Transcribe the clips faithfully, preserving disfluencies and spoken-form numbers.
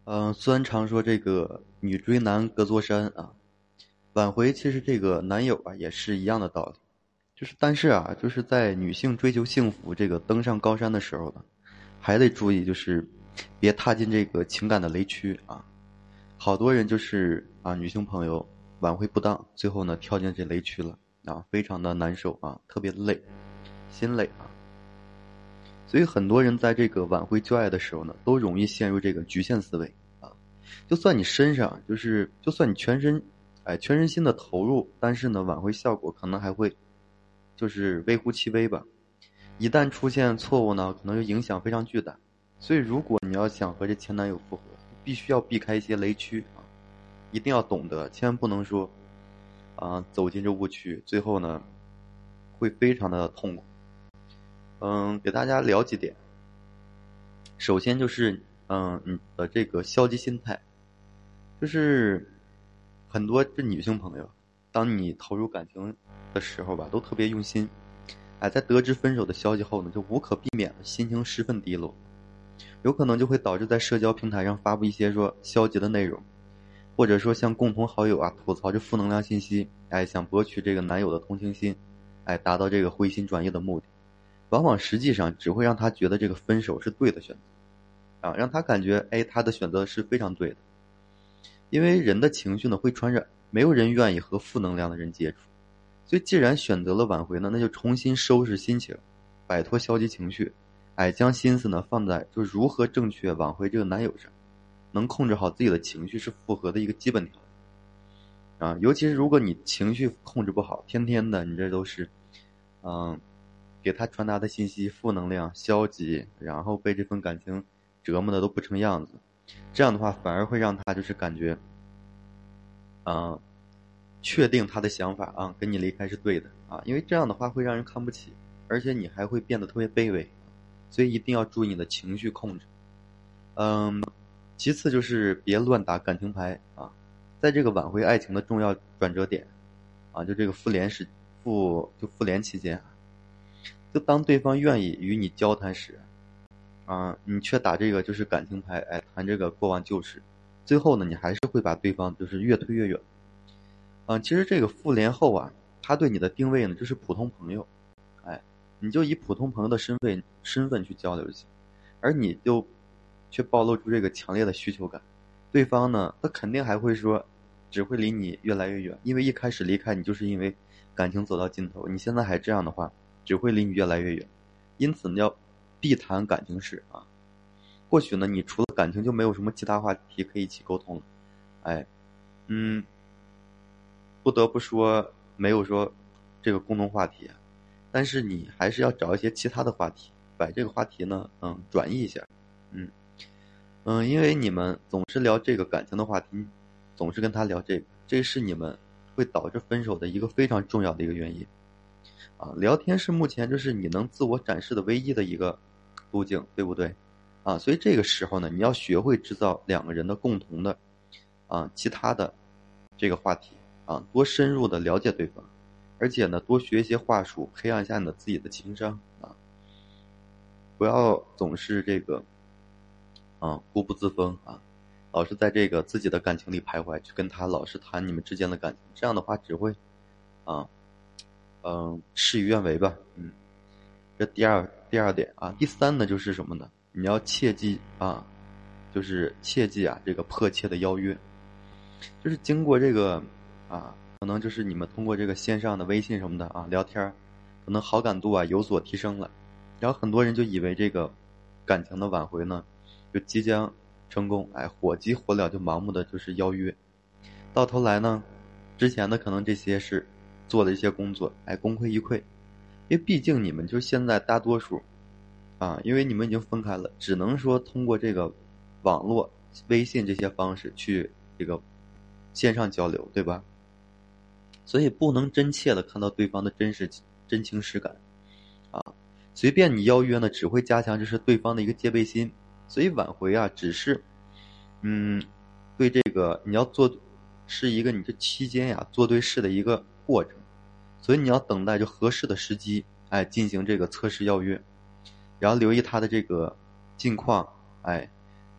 嗯、呃虽然常说这个女追男隔座山啊，挽回其实这个男友啊也是一样的道理，就是但是啊，就是在女性追求幸福这个登上高山的时候呢，还得注意就是别踏进这个情感的雷区啊。好多人就是啊，女性朋友挽回不当，最后呢跳进这雷区了啊，非常的难受啊，特别累，心累啊。所以很多人在这个挽回旧爱的时候呢，都容易陷入这个局限思维啊。就算你身上就是，就算你全身，哎，全身心的投入，但是呢，挽回效果可能还会就是微乎其微吧。一旦出现错误呢，可能就影响非常巨大。所以，如果你要想和这前男友复合，必须要避开一些雷区啊，一定要懂得，千万不能说啊走进这误区，最后呢会非常的痛苦。嗯，给大家聊几点。首先就是，嗯，你的这个消极心态，就是很多这女性朋友，当你投入感情的时候吧，都特别用心。哎，在得知分手的消息后呢，就无可避免的心情十分低落，有可能就会导致在社交平台上发布一些说消极的内容，或者说向共同好友啊吐槽这负能量信息，哎，想博取这个男友的同情心，哎，达到这个回心转意的目的，往往实际上只会让他觉得这个分手是对的选择，啊，让他感觉哎他的选择是非常对的。因为人的情绪呢会传染，没有人愿意和负能量的人接触，所以既然选择了挽回呢，那就重新收拾心情，摆脱消极情绪，哎，将心思呢放在就如何正确挽回这个男友上，能控制好自己的情绪是复合的一个基本条件啊。尤其是如果你情绪控制不好，天天的你这都是，嗯，给他传达的信息负能量、消极，然后被这份感情折磨的都不成样子，这样的话反而会让他就是感觉，啊，确定他的想法啊，跟你离开是对的啊，因为这样的话会让人看不起，而且你还会变得特别卑微，所以一定要注意你的情绪控制。嗯，其次就是别乱打感情牌啊，在这个挽回爱情的重要转折点啊，就这个复联时复就复联期间啊，就当对方愿意与你交谈时啊，你却打这个就是感情牌，哎，谈这个过往旧事，最后呢，你还是会把对方就是越推越远。嗯，其实这个复联后啊，他对你的定位呢就是普通朋友，哎，你就以普通朋友的身份身份去交流就行，而你就却暴露出这个强烈的需求感，对方呢，他肯定还会说，只会离你越来越远，因为一开始离开你就是因为感情走到尽头，你现在还这样的话，只会离你越来越远，因此你要避谈感情事啊。或许呢，你除了感情就没有什么其他话题可以一起沟通了，哎，嗯。不得不说没有说这个共同话题，但是你还是要找一些其他的话题，把这个话题呢，嗯，转移一下，嗯嗯，因为你们总是聊这个感情的话题，总是跟他聊这个，这是你们会导致分手的一个非常重要的一个原因啊。聊天是目前就是你能自我展示的唯一的一个途径，对不对？啊，所以这个时候呢，你要学会制造两个人的共同的啊其他的这个话题。啊，多深入的了解对方，而且呢，多学一些话术，培养一下你的自己的情商啊，不要总是这个啊固步自封啊，老是在这个自己的感情里徘徊，去跟他老是谈你们之间的感情，这样的话只会啊嗯事与愿违吧，嗯，这第二第二点啊，第三呢就是什么呢？你要切记啊，就是切记啊这个迫切的邀约。就是经过这个啊，可能就是你们通过这个线上的微信什么的啊聊天，可能好感度啊有所提升了，然后很多人就以为这个感情的挽回呢就即将成功，哎，火急火燎就盲目的就是邀约，到头来呢，之前的可能这些是做的一些工作，哎，功亏一篑，因为毕竟你们就现在大多数啊，因为你们已经分开了，只能说通过这个网络、微信这些方式去这个线上交流，对吧？所以不能真切的看到对方的真实真情实感啊。随便你邀约呢，只会加强就是对方的一个戒备心。所以挽回啊，只是嗯，对这个你要做是一个你这期间呀做对事的一个过程。所以你要等待就合适的时机，哎，进行这个测试邀约，然后留意他的这个近况，哎，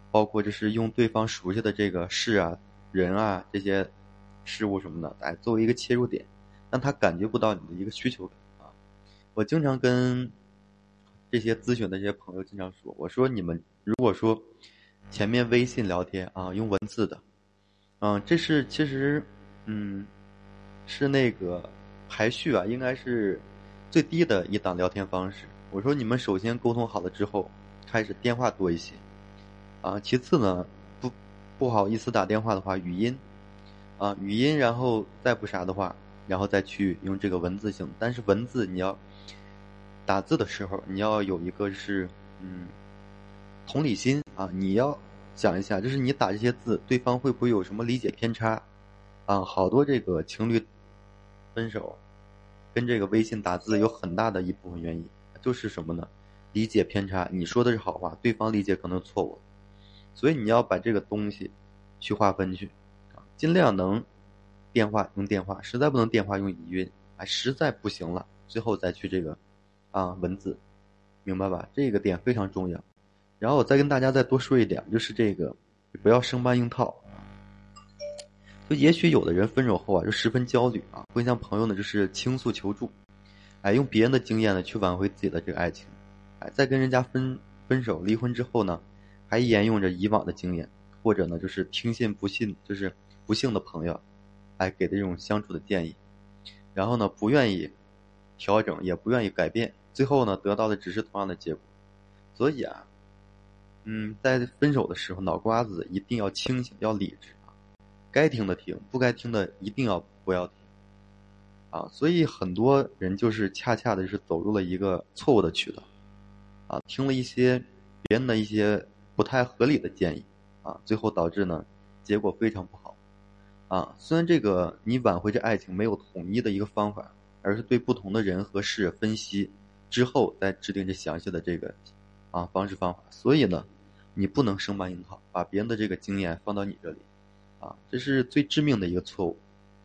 包括就是用对方熟悉的这个事啊、人啊这些事物什么的，哎，作为一个切入点，让他感觉不到你的一个需求感啊。我经常跟这些咨询的这些朋友经常说，我说你们如果说前面微信聊天啊用文字的，嗯，这是其实嗯是那个排序啊，应该是最低的一档聊天方式。我说你们首先沟通好了之后，开始电话多一些啊，其次呢不不好意思打电话的话，语音啊语音，然后再不啥的话，然后再去用这个文字性，但是文字你要打字的时候，你要有一个是嗯同理心啊，你要想一下，就是你打这些字，对方会不会有什么理解偏差啊？好多这个情侣分手跟这个微信打字有很大的一部分原因，就是什么呢？理解偏差，你说的是好话，对方理解可能错误，所以你要把这个东西去划分去啊，尽量能电话用电话，实在不能电话用语音，哎，实在不行了，最后再去这个啊文字，明白吧？这个点非常重要。然后我再跟大家再多说一点，就是这个不要生搬硬套。就也许有的人分手后啊，就十分焦虑啊，会向朋友呢就是倾诉求助，哎，用别人的经验呢去挽回自己的这个爱情，哎，在跟人家分分手离婚之后呢，还沿用着以往的经验，或者呢就是听信不信就是不幸的朋友，哎给的这种相处的建议，然后呢不愿意调整，也不愿意改变，最后呢得到的只是同样的结果。所以啊，嗯，在分手的时候，脑瓜子一定要清醒，要理智啊，该听的听，不该听的一定要不要听啊。所以很多人就是恰恰的是走入了一个错误的渠道啊，听了一些别人的一些不太合理的建议啊，最后导致呢结果非常不好啊。虽然这个你挽回这爱情没有统一的一个方法，而是对不同的人和事分析之后再制定这详细的这个啊方式方法，所以呢。你不能生搬硬套，把别人的这个经验放到你这里，啊，这是最致命的一个错误。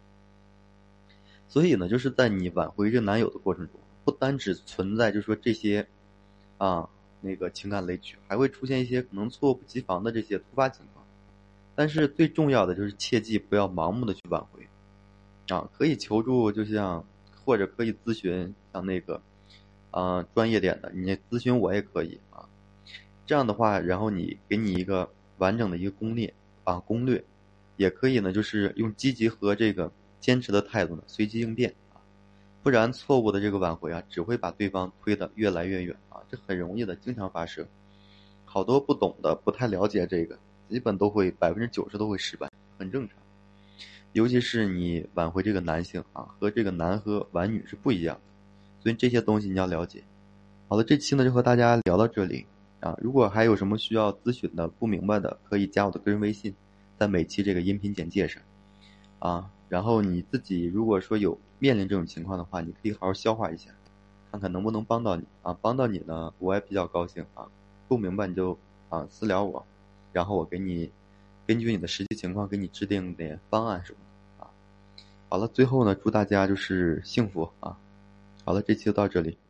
所以呢，就是在你挽回这男友的过程中，不单只存在就是说这些，啊，那个情感雷区，还会出现一些可能措不及防的这些突发情况。但是最重要的就是切记不要盲目的去挽回，啊，可以求助，就像或者可以咨询像那个，啊，专业点的，你咨询我也可以啊。这样的话，然后你给你一个完整的一个攻略啊攻略，也可以呢，就是用积极和这个坚持的态度呢，随机应变啊，不然错误的这个挽回啊，只会把对方推得越来越远啊，这很容易的，经常发生。好多不懂的、不太了解这个，基本都会百分之九十都会失败，很正常。尤其是你挽回这个男性啊，和这个男和挽女是不一样的，所以这些东西你要了解。好的，这期呢就和大家聊到这里啊。如果还有什么需要咨询的、不明白的，可以加我的个人微信，在每期这个音频简介上啊。然后你自己如果说有面临这种情况的话，你可以好好消化一下，看看能不能帮到你啊。帮到你呢，我也比较高兴啊。不明白你就啊私聊我，然后我给你根据你的实际情况给你制定点方案什么的啊。好了，最后呢，祝大家就是幸福啊。好了，这期就到这里。